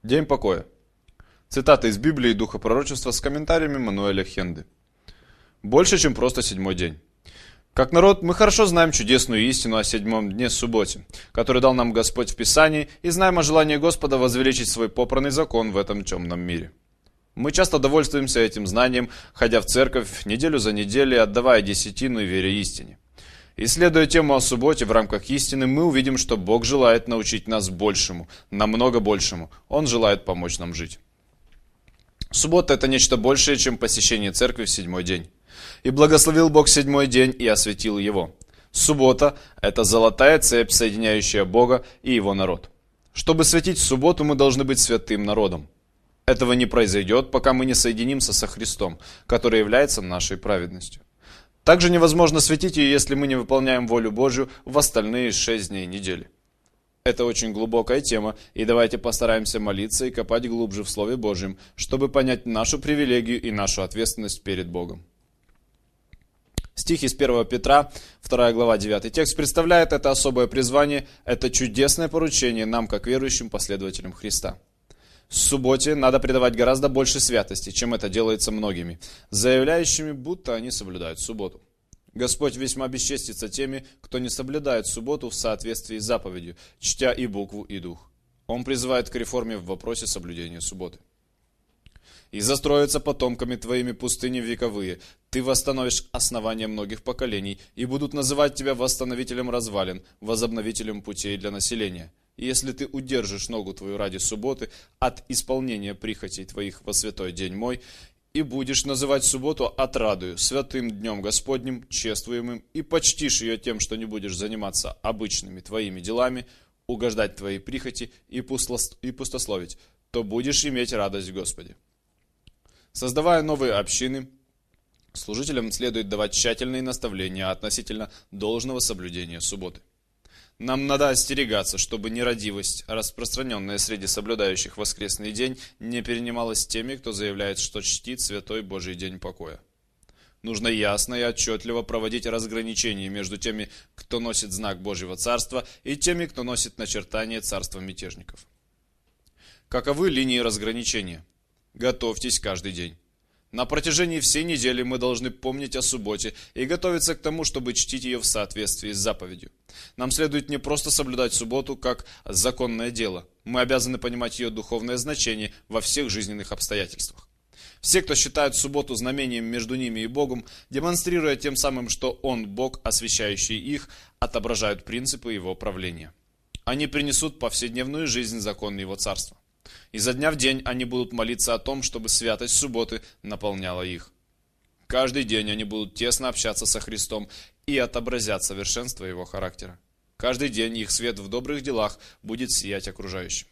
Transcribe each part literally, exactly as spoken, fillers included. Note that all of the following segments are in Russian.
День покоя. Цитата из Библии и Духа пророчества с комментариями Мануэля Хенды. Больше, чем просто седьмой день. Как народ, мы хорошо знаем чудесную истину о седьмом дне субботе, который дал нам Господь в Писании, и знаем о желании Господа возвеличить свой попранный закон в этом темном мире. Мы часто довольствуемся этим знанием, ходя в церковь неделю за неделей, отдавая десятину и веря истине. Исследуя тему о субботе в рамках истины, мы увидим, что Бог желает научить нас большему, намного большему. Он желает помочь нам жить. Суббота – это нечто большее, чем посещение церкви в седьмой день. И благословил Бог седьмой день и осветил его. Суббота – это золотая цепь, соединяющая Бога и его народ. Чтобы светить в субботу, мы должны быть святым народом. Этого не произойдет, пока мы не соединимся со Христом, который является нашей праведностью. Также невозможно светить ее, если мы не выполняем волю Божью в остальные шесть дней недели. Это очень глубокая тема, и давайте постараемся молиться и копать глубже в Слове Божьем, чтобы понять нашу привилегию и нашу ответственность перед Богом. Стих из первого Петра, вторая глава, девятый текст, представляет это особое призвание, это чудесное поручение нам, как верующим последователям Христа. В субботе надо придавать гораздо больше святости, чем это делается многими, заявляющими, будто они соблюдают субботу. Господь весьма бесчестится теми, кто не соблюдает субботу в соответствии с заповедью, чтя и букву, и дух. Он призывает к реформе в вопросе соблюдения субботы. «И застроятся потомками твоими пустыни вековые, ты восстановишь основания многих поколений, и будут называть тебя восстановителем развалин, возобновителем путей для населения. И если ты удержишь ногу твою ради субботы от исполнения прихотей твоих во святой день мой, и будешь называть субботу отрадою, святым днем Господним, чествуемым, и почтишь ее тем, что не будешь заниматься обычными твоими делами, угождать твоей прихоти и пустословить, то будешь иметь радость в Господе». Создавая новые общины, служителям следует давать тщательные наставления относительно должного соблюдения субботы. Нам надо остерегаться, чтобы нерадивость, распространенная среди соблюдающих воскресный день, не перенималась теми, кто заявляет, что чтит святой Божий день покоя. Нужно ясно и отчетливо проводить разграничение между теми, кто носит знак Божьего Царства, и теми, кто носит начертание Царства мятежников. Каковы линии разграничения? Готовьтесь каждый день. На протяжении всей недели мы должны помнить о субботе и готовиться к тому, чтобы чтить ее в соответствии с заповедью. Нам следует не просто соблюдать субботу как законное дело. Мы обязаны понимать ее духовное значение во всех жизненных обстоятельствах. Все, кто считают субботу знамением между ними и Богом, демонстрируя тем самым, что Он, Бог, освящающий их, отображают принципы Его правления. Они принесут в повседневную жизнь законы Его Царства. Изо дня в день они будут молиться о том, чтобы святость субботы наполняла их. Каждый день они будут тесно общаться со Христом и отобразят совершенство Его характера. Каждый день их свет в добрых делах будет сиять окружающим.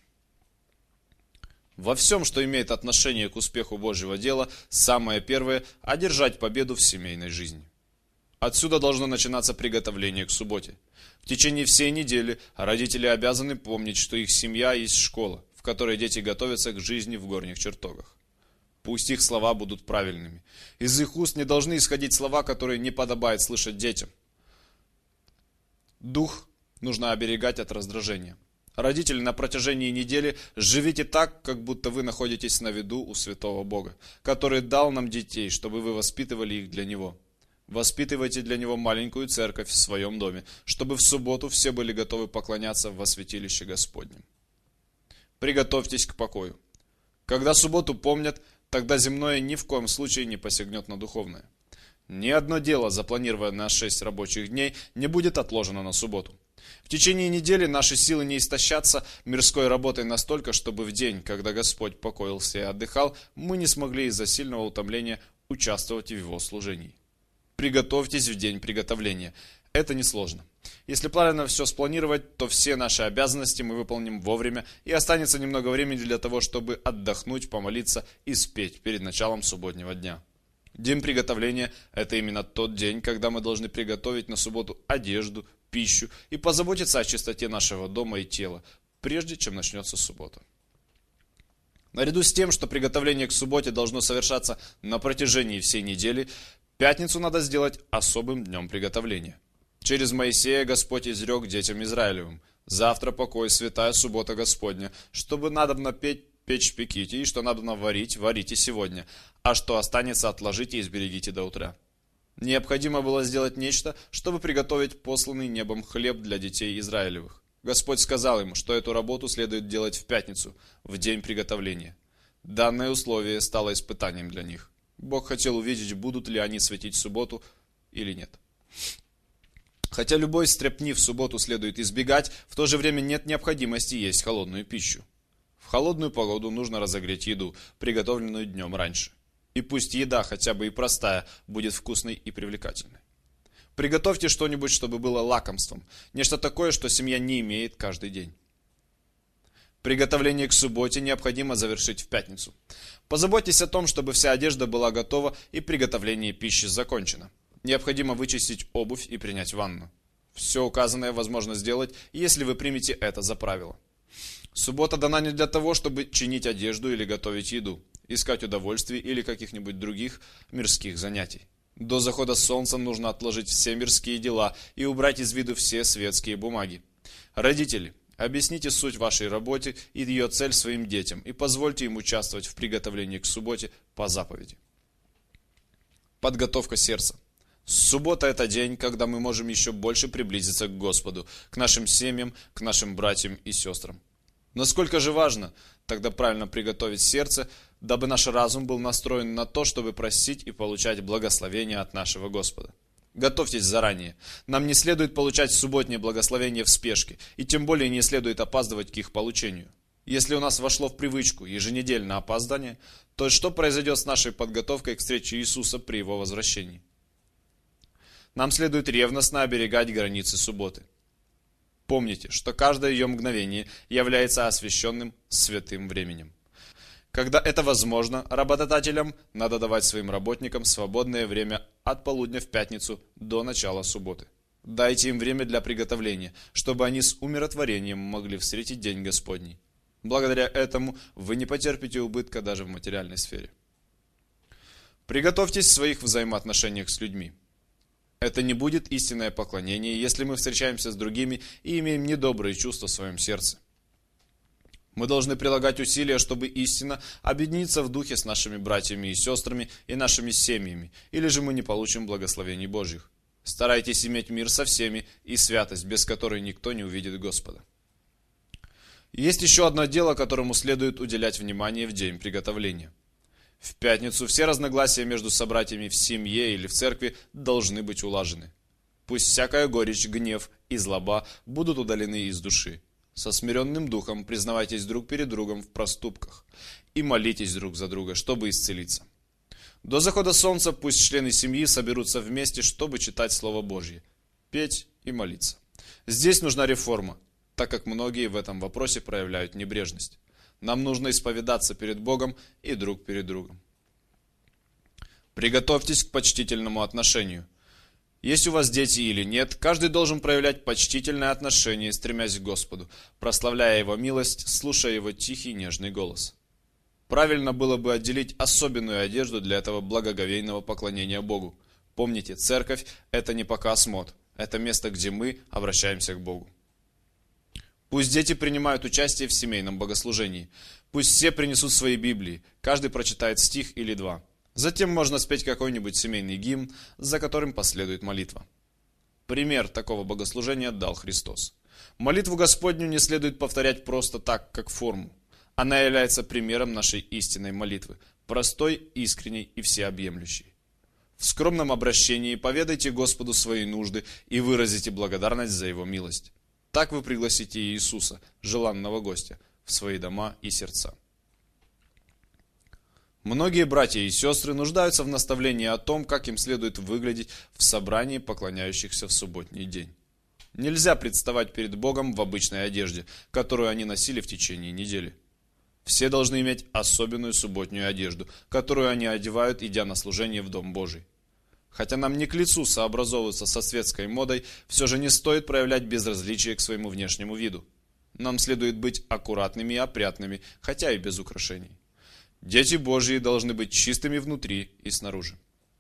Во всем, что имеет отношение к успеху Божьего дела, самое первое – одержать победу в семейной жизни. Отсюда должно начинаться приготовление к субботе. В течение всей недели родители обязаны помнить, что их семья есть школа, в которой дети готовятся к жизни в горних чертогах. Пусть их слова будут правильными. Из их уст не должны исходить слова, которые не подобает слышать детям. Дух нужно оберегать от раздражения. Родители, на протяжении недели живите так, как будто вы находитесь на виду у святого Бога, который дал нам детей, чтобы вы воспитывали их для Него. Воспитывайте для Него маленькую церковь в своем доме, чтобы в субботу все были готовы поклоняться во святилище Господнем. Приготовьтесь к покою. Когда субботу помнят, тогда земное ни в коем случае не посягнет на духовное. Ни одно дело, запланированное на шесть рабочих дней, не будет отложено на субботу. В течение недели наши силы не истощатся мирской работой настолько, чтобы в день, когда Господь покоился и отдыхал, мы не смогли из-за сильного утомления участвовать в Его служении. Приготовьтесь в день приготовления. Это несложно. Если правильно все спланировать, то все наши обязанности мы выполним вовремя, и останется немного времени для того, чтобы отдохнуть, помолиться и спеть перед началом субботнего дня. День приготовления – это именно тот день, когда мы должны приготовить на субботу одежду, пищу и позаботиться о чистоте нашего дома и тела, прежде чем начнется суббота. Наряду с тем, что приготовление к субботе должно совершаться на протяжении всей недели, пятницу надо сделать особым днем приготовления. Через Моисея Господь изрек детям Израилевым: «Завтра покой, святая суббота Господня, чтобы надобно петь печь пеките, и что надо наварить, варите сегодня, а что останется, отложите и сберегите до утра. Необходимо было сделать нечто, чтобы приготовить посланный небом хлеб для детей Израилевых. Господь сказал им, что эту работу следует делать в пятницу, в день приготовления. Данное условие стало испытанием для них. Бог хотел увидеть, будут ли они светить в субботу или нет. Хотя любой стряпни в субботу следует избегать, в то же время нет необходимости есть холодную пищу. В холодную погоду нужно разогреть еду, приготовленную днем раньше. И пусть еда, хотя бы и простая, будет вкусной и привлекательной. Приготовьте что-нибудь, чтобы было лакомством, нечто такое, что семья не имеет каждый день. Приготовление к субботе необходимо завершить в пятницу. Позаботьтесь о том, чтобы вся одежда была готова и приготовление пищи закончено. Необходимо вычистить обувь и принять ванну. Все указанное возможно сделать, если вы примете это за правило. Суббота дана не для того, чтобы чинить одежду или готовить еду, искать удовольствий или каких-нибудь других мирских занятий. До захода солнца нужно отложить все мирские дела и убрать из виду все светские бумаги. Родители, объясните суть вашей работы и ее цель своим детям и позвольте им участвовать в приготовлении к субботе по заповеди. Подготовка сердца. Суббота – это день, когда мы можем еще больше приблизиться к Господу, к нашим семьям, к нашим братьям и сестрам. Насколько же важно тогда правильно приготовить сердце, дабы наш разум был настроен на то, чтобы просить и получать благословение от нашего Господа. Готовьтесь заранее. Нам не следует получать субботнее благословение в спешке, и тем более не следует опаздывать к их получению. Если у нас вошло в привычку еженедельное опоздание, то что произойдет с нашей подготовкой к встрече Иисуса при Его возвращении? Нам следует ревностно оберегать границы субботы. Помните, что каждое ее мгновение является освященным святым временем. Когда это возможно, работодателям надо давать своим работникам свободное время от полудня в пятницу до начала субботы. Дайте им время для приготовления, чтобы они с умиротворением могли встретить День Господний. Благодаря этому вы не потерпите убытка даже в материальной сфере. Приготовьтесь в своих взаимоотношениях с людьми. Это не будет истинное поклонение, если мы встречаемся с другими и имеем недобрые чувства в своем сердце. Мы должны прилагать усилия, чтобы истинно объединиться в духе с нашими братьями и сестрами и нашими семьями, или же мы не получим благословений Божьих. Старайтесь иметь мир со всеми и святость, без которой никто не увидит Господа. Есть еще одно дело, которому следует уделять внимание в день приготовления. В пятницу все разногласия между собратьями в семье или в церкви должны быть улажены. Пусть всякая горечь, гнев и злоба будут удалены из души. Со смиренным духом признавайтесь друг перед другом в проступках и молитесь друг за друга, чтобы исцелиться. До захода солнца пусть члены семьи соберутся вместе, чтобы читать Слово Божье, петь и молиться. Здесь нужна реформа, так как многие в этом вопросе проявляют небрежность. Нам нужно исповедаться перед Богом и друг перед другом. Приготовьтесь к почтительному отношению. Есть у вас дети или нет, каждый должен проявлять почтительное отношение, стремясь к Господу, прославляя Его милость, слушая Его тихий нежный голос. Правильно было бы отделить особенную одежду для этого благоговейного поклонения Богу. Помните, церковь – это не показ мод, это место, где мы обращаемся к Богу. Пусть дети принимают участие в семейном богослужении. Пусть все принесут свои Библии, каждый прочитает стих или два. Затем можно спеть какой-нибудь семейный гимн, за которым последует молитва. Пример такого богослужения дал Христос. Молитву Господню не следует повторять просто так, как форму. Она является примером нашей истинной молитвы, простой, искренней и всеобъемлющей. В скромном обращении поведайте Господу свои нужды и выразите благодарность за Его милость. Так вы пригласите Иисуса, желанного гостя, в свои дома и сердца. Многие братья и сестры нуждаются в наставлении о том, как им следует выглядеть в собрании поклоняющихся в субботний день. Нельзя представать перед Богом в обычной одежде, которую они носили в течение недели. Все должны иметь особенную субботнюю одежду, которую они одевают, идя на служение в Дом Божий. Хотя нам не к лицу сообразовываться со светской модой, все же не стоит проявлять безразличие к своему внешнему виду. Нам следует быть аккуратными и опрятными, хотя и без украшений. Дети Божьи должны быть чистыми внутри и снаружи.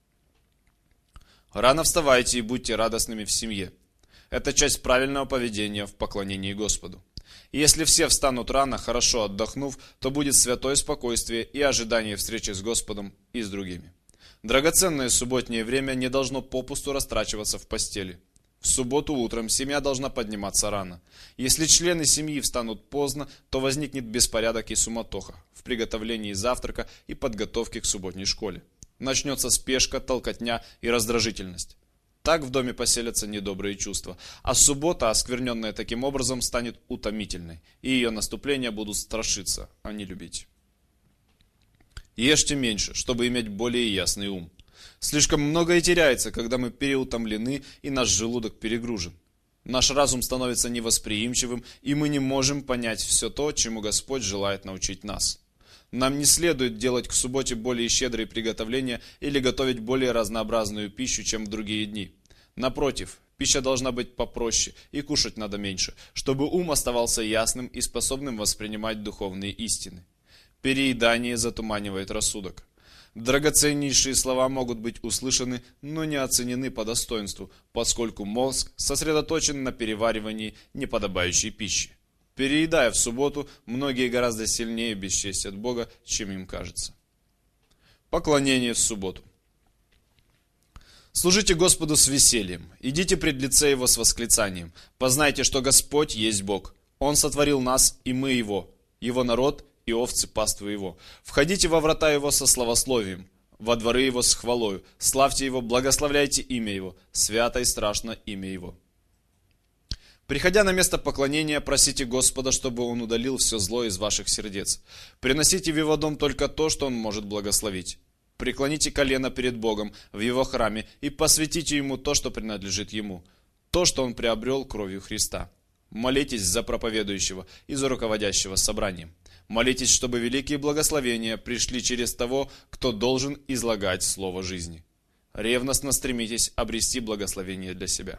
Рано вставайте и будьте радостными в семье. Это часть правильного поведения в поклонении Господу. Если все встанут рано, хорошо отдохнув, то будет святое спокойствие и ожидание встречи с Господом и с другими. Драгоценное субботнее время не должно попусту растрачиваться в постели. В субботу утром семья должна подниматься рано. Если члены семьи встанут поздно, то возникнет беспорядок и суматоха в приготовлении завтрака и подготовке к субботней школе. Начнется спешка, толкотня и раздражительность. Так в доме поселятся недобрые чувства, а суббота, оскверненная таким образом, станет утомительной, и ее наступления будут страшиться, а не любить. Ешьте меньше, чтобы иметь более ясный ум. Слишком многое теряется, когда мы переутомлены и наш желудок перегружен. Наш разум становится невосприимчивым, и мы не можем понять все то, чему Господь желает научить нас. Нам не следует делать к субботе более щедрые приготовления или готовить более разнообразную пищу, чем в другие дни. Напротив, пища должна быть попроще и кушать надо меньше, чтобы ум оставался ясным и способным воспринимать духовные истины. Переедание затуманивает рассудок. Драгоценнейшие слова могут быть услышаны, но не оценены по достоинству, поскольку мозг сосредоточен на переваривании неподобающей пищи. Переедая в субботу, многие гораздо сильнее бесчестят Бога, чем им кажется. Поклонение в субботу. Служите Господу с весельем, идите пред лице Его с восклицанием. Познайте, что Господь есть Бог. Он сотворил нас, и мы Его, Его народ и овцы паствы Его. Входите во врата Его со славословием, во дворы Его с хвалою. Славьте Его, благословляйте имя Его, свято и страшно имя Его. Приходя на место поклонения, просите Господа, чтобы Он удалил все зло из ваших сердец. Приносите в Его дом только то, что Он может благословить. Преклоните колено перед Богом в Его храме и посвятите Ему то, что принадлежит Ему, то, что Он приобрел кровью Христа. Молитесь за проповедующего и за руководящего собранием. Молитесь, чтобы великие благословения пришли через того, кто должен излагать слово жизни. Ревностно стремитесь обрести благословение для себя.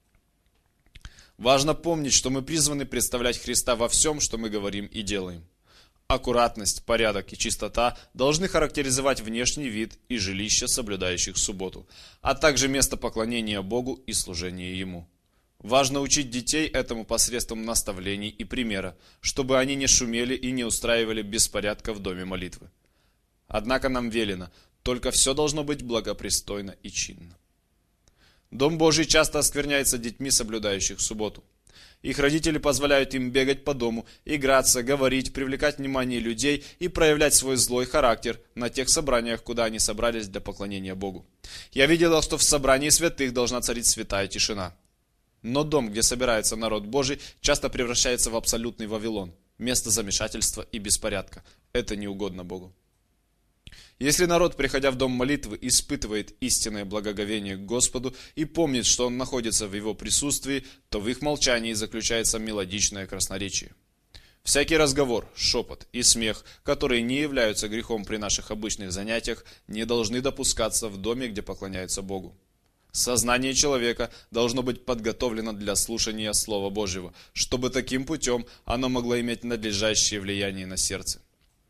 Важно помнить, что мы призваны представлять Христа во всем, что мы говорим и делаем. Аккуратность, порядок и чистота должны характеризовать внешний вид и жилища, соблюдающих субботу, а также место поклонения Богу и служения Ему. Важно учить детей этому посредством наставлений и примера, чтобы они не шумели и не устраивали беспорядка в доме молитвы. Однако нам велено, только все должно быть благопристойно и чинно. Дом Божий часто оскверняется детьми, соблюдающих субботу. Их родители позволяют им бегать по дому, играться, говорить, привлекать внимание людей и проявлять свой злой характер на тех собраниях, куда они собрались для поклонения Богу. Я видела, что в собрании святых должна царить святая тишина. Но дом, где собирается народ Божий, часто превращается в абсолютный Вавилон, место замешательства и беспорядка. Это не угодно Богу. Если народ, приходя в дом молитвы, испытывает истинное благоговение к Господу и помнит, что он находится в Его присутствии, то в их молчании заключается мелодичное красноречие. Всякий разговор, шепот и смех, которые не являются грехом при наших обычных занятиях, не должны допускаться в доме, где поклоняются Богу. Сознание человека должно быть подготовлено для слушания Слова Божьего, чтобы таким путем оно могло иметь надлежащее влияние на сердце.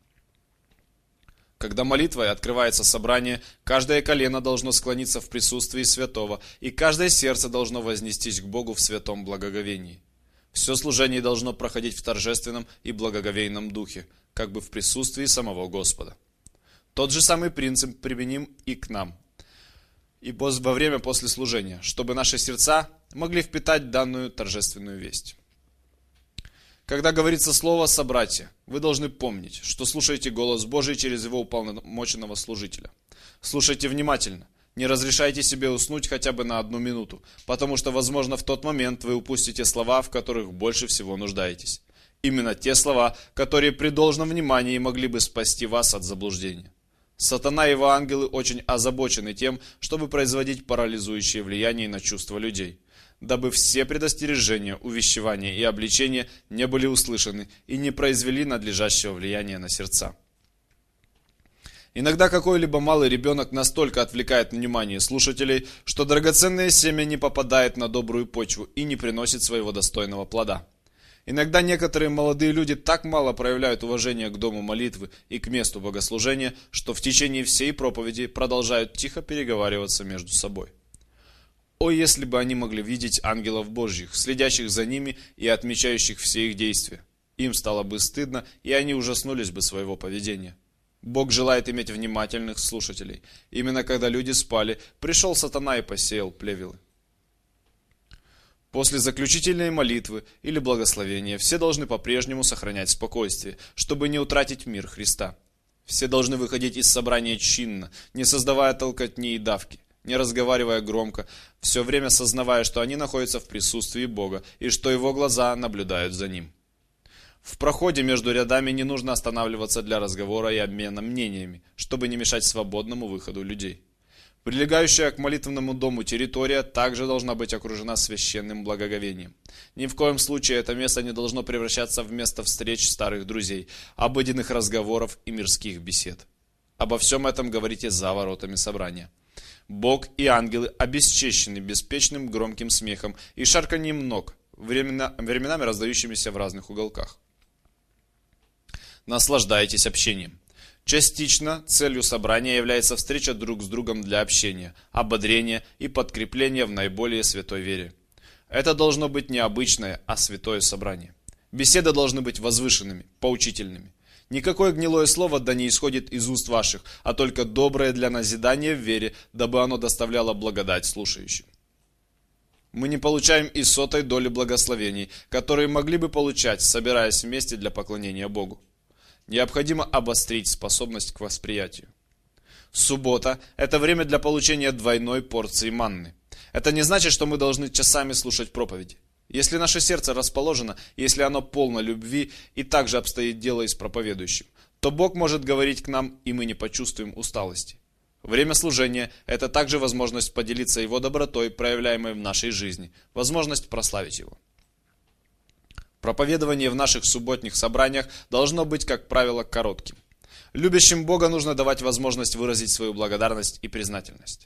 Когда молитвой открывается собрание, каждое колено должно склониться в присутствии святого, и каждое сердце должно вознестись к Богу в святом благоговении. Все служение должно проходить в торжественном и благоговейном духе, как бы в присутствии самого Господа. Тот же самый принцип применим и к нам, и во время после служения, чтобы наши сердца могли впитать данную торжественную весть. Когда говорится слово «собратья», вы должны помнить, что слушаете голос Божий через Его уполномоченного служителя. Слушайте внимательно, не разрешайте себе уснуть хотя бы на одну минуту, потому что, возможно, в тот момент вы упустите слова, в которых больше всего нуждаетесь. Именно те слова, которые при должном внимании могли бы спасти вас от заблуждения. Сатана и его ангелы очень озабочены тем, чтобы производить парализующее влияние на чувства людей, дабы все предостережения, увещевания и обличения не были услышаны и не произвели надлежащего влияния на сердца. Иногда какой-либо малый ребенок настолько отвлекает внимание слушателей, что драгоценное семя не попадает на добрую почву и не приносит своего достойного плода. Иногда некоторые молодые люди так мало проявляют уважение к дому молитвы и к месту богослужения, что в течение всей проповеди продолжают тихо переговариваться между собой. О, если бы они могли видеть ангелов Божьих, следящих за ними и отмечающих все их действия. Им стало бы стыдно, и они ужаснулись бы своего поведения. Бог желает иметь внимательных слушателей. Именно когда люди спали, пришел сатана и посеял плевелы. После заключительной молитвы или благословения все должны по-прежнему сохранять спокойствие, чтобы не утратить мир Христа. Все должны выходить из собрания чинно, не создавая толкотни и давки, не разговаривая громко, все время сознавая, что они находятся в присутствии Бога и что Его глаза наблюдают за ним. В проходе между рядами не нужно останавливаться для разговора и обмена мнениями, чтобы не мешать свободному выходу людей. Прилегающая к молитвенному дому территория также должна быть окружена священным благоговением. Ни в коем случае это место не должно превращаться в место встреч старых друзей, обыденных разговоров и мирских бесед. Обо всем этом говорите за воротами собрания. Бог и ангелы обесчещены беспечным громким смехом и шарканьем ног, времена, временами раздающимися в разных уголках. Наслаждайтесь общением. Частично целью собрания является встреча друг с другом для общения, ободрения и подкрепления в наиболее святой вере. Это должно быть не обычное, а святое собрание. Беседы должны быть возвышенными, поучительными. Никакое гнилое слово да не исходит из уст ваших, а только доброе для назидания в вере, дабы оно доставляло благодать слушающим. Мы не получаем и сотой доли благословений, которые могли бы получать, собираясь вместе для поклонения Богу. Необходимо обострить способность к восприятию. Суббота – это время для получения двойной порции манны. Это не значит, что мы должны часами слушать проповеди. Если наше сердце расположено, если оно полно любви и также обстоит дело и с проповедующим, то Бог может говорить к нам, и мы не почувствуем усталости. Время служения – это также возможность поделиться Его добротой, проявляемой в нашей жизни, возможность прославить Его. Проповедование в наших субботних собраниях должно быть, как правило, коротким. Любящим Бога нужно давать возможность выразить свою благодарность и признательность.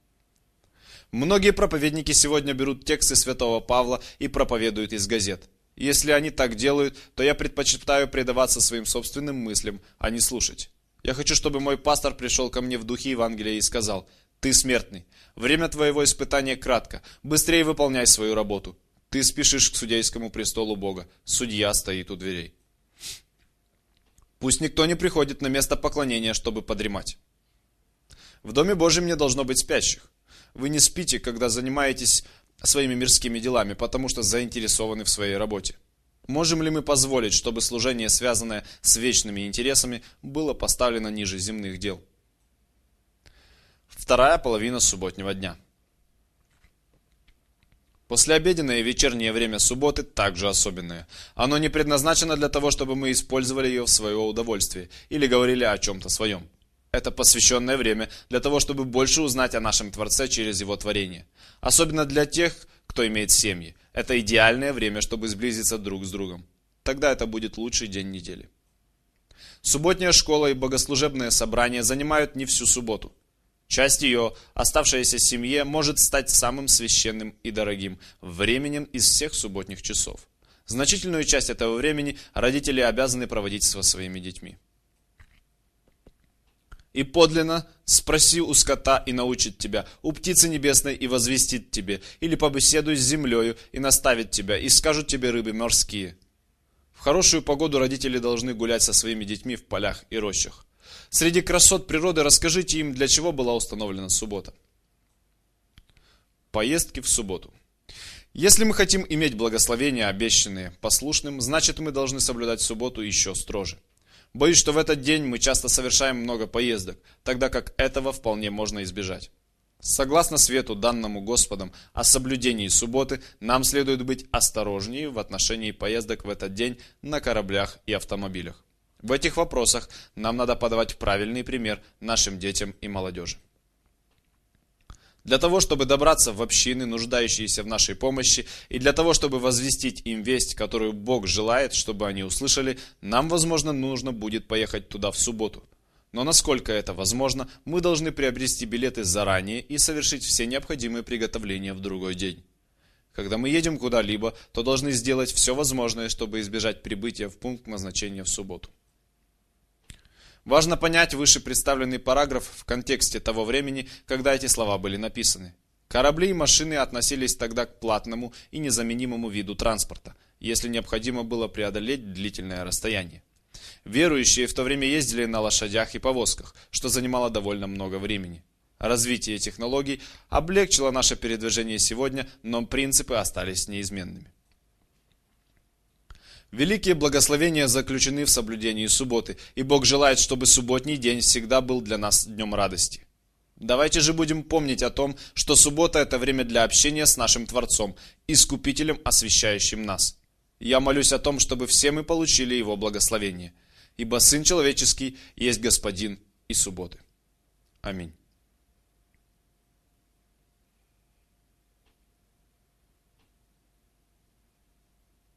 Многие проповедники сегодня берут тексты святого Павла и проповедуют из газет. Если они так делают, то я предпочитаю предаваться своим собственным мыслям, а не слушать. Я хочу, чтобы мой пастор пришел ко мне в духе Евангелия и сказал: «Ты смертный, время твоего испытания кратко, быстрее выполняй свою работу. Ты спешишь к судейскому престолу Бога, судья стоит у дверей». Пусть никто не приходит на место поклонения, чтобы подремать. В Доме Божьем не должно быть спящих. Вы не спите, когда занимаетесь своими мирскими делами, потому что заинтересованы в своей работе. Можем ли мы позволить, чтобы служение, связанное с вечными интересами, было поставлено ниже земных дел? Вторая половина субботнего дня. Послеобеденное и вечернее время субботы также особенное. Оно не предназначено для того, чтобы мы использовали ее в свое удовольствие или говорили о чем-то своем. Это посвященное время для того, чтобы больше узнать о нашем Творце через Его творение. Особенно для тех, кто имеет семьи. Это идеальное время, чтобы сблизиться друг с другом. Тогда это будет лучший день недели. Субботняя школа и богослужебное собрание занимают не всю субботу. Часть ее, оставшаяся семье, может стать самым священным и дорогим временем из всех субботних часов. Значительную часть этого времени родители обязаны проводить со своими детьми. «И подлинно спроси у скота, и научит тебя, у птицы небесной, и возвестит тебе, или побеседуй с землею, и наставит тебя, и скажут тебе рыбы морские». В хорошую погоду родители должны гулять со своими детьми в полях и рощах. Среди красот природы расскажите им, для чего была установлена суббота. Поездки в субботу. Если мы хотим иметь благословения, обещанные послушным, значит мы должны соблюдать субботу еще строже. Боюсь, что в этот день мы часто совершаем много поездок, тогда как этого вполне можно избежать. Согласно свету, данному Господом о соблюдении субботы, нам следует быть осторожнее в отношении поездок в этот день на кораблях и автомобилях. В этих вопросах нам надо подавать правильный пример нашим детям и молодежи. Для того, чтобы добраться в общины, нуждающиеся в нашей помощи, и для того, чтобы возвестить им весть, которую Бог желает, чтобы они услышали, нам, возможно, нужно будет поехать туда в субботу. Но насколько это возможно, мы должны приобрести билеты заранее и совершить все необходимые приготовления в другой день. Когда мы едем куда-либо, то должны сделать все возможное, чтобы избежать прибытия в пункт назначения в субботу. Важно понять выше представленный параграф в контексте того времени, когда эти слова были написаны. Корабли и машины относились тогда к платному и незаменимому виду транспорта, если необходимо было преодолеть длительное расстояние. Верующие в то время ездили на лошадях и повозках, что занимало довольно много времени. Развитие технологий облегчило наше передвижение сегодня, но принципы остались неизменными. Великие благословения заключены в соблюдении субботы, и Бог желает, чтобы субботний день всегда был для нас днем радости. Давайте же будем помнить о том, что суббота – это время для общения с нашим Творцом, Искупителем, освящающим нас. Я молюсь о том, чтобы все мы получили Его благословение, ибо Сын Человеческий есть Господин и субботы. Аминь.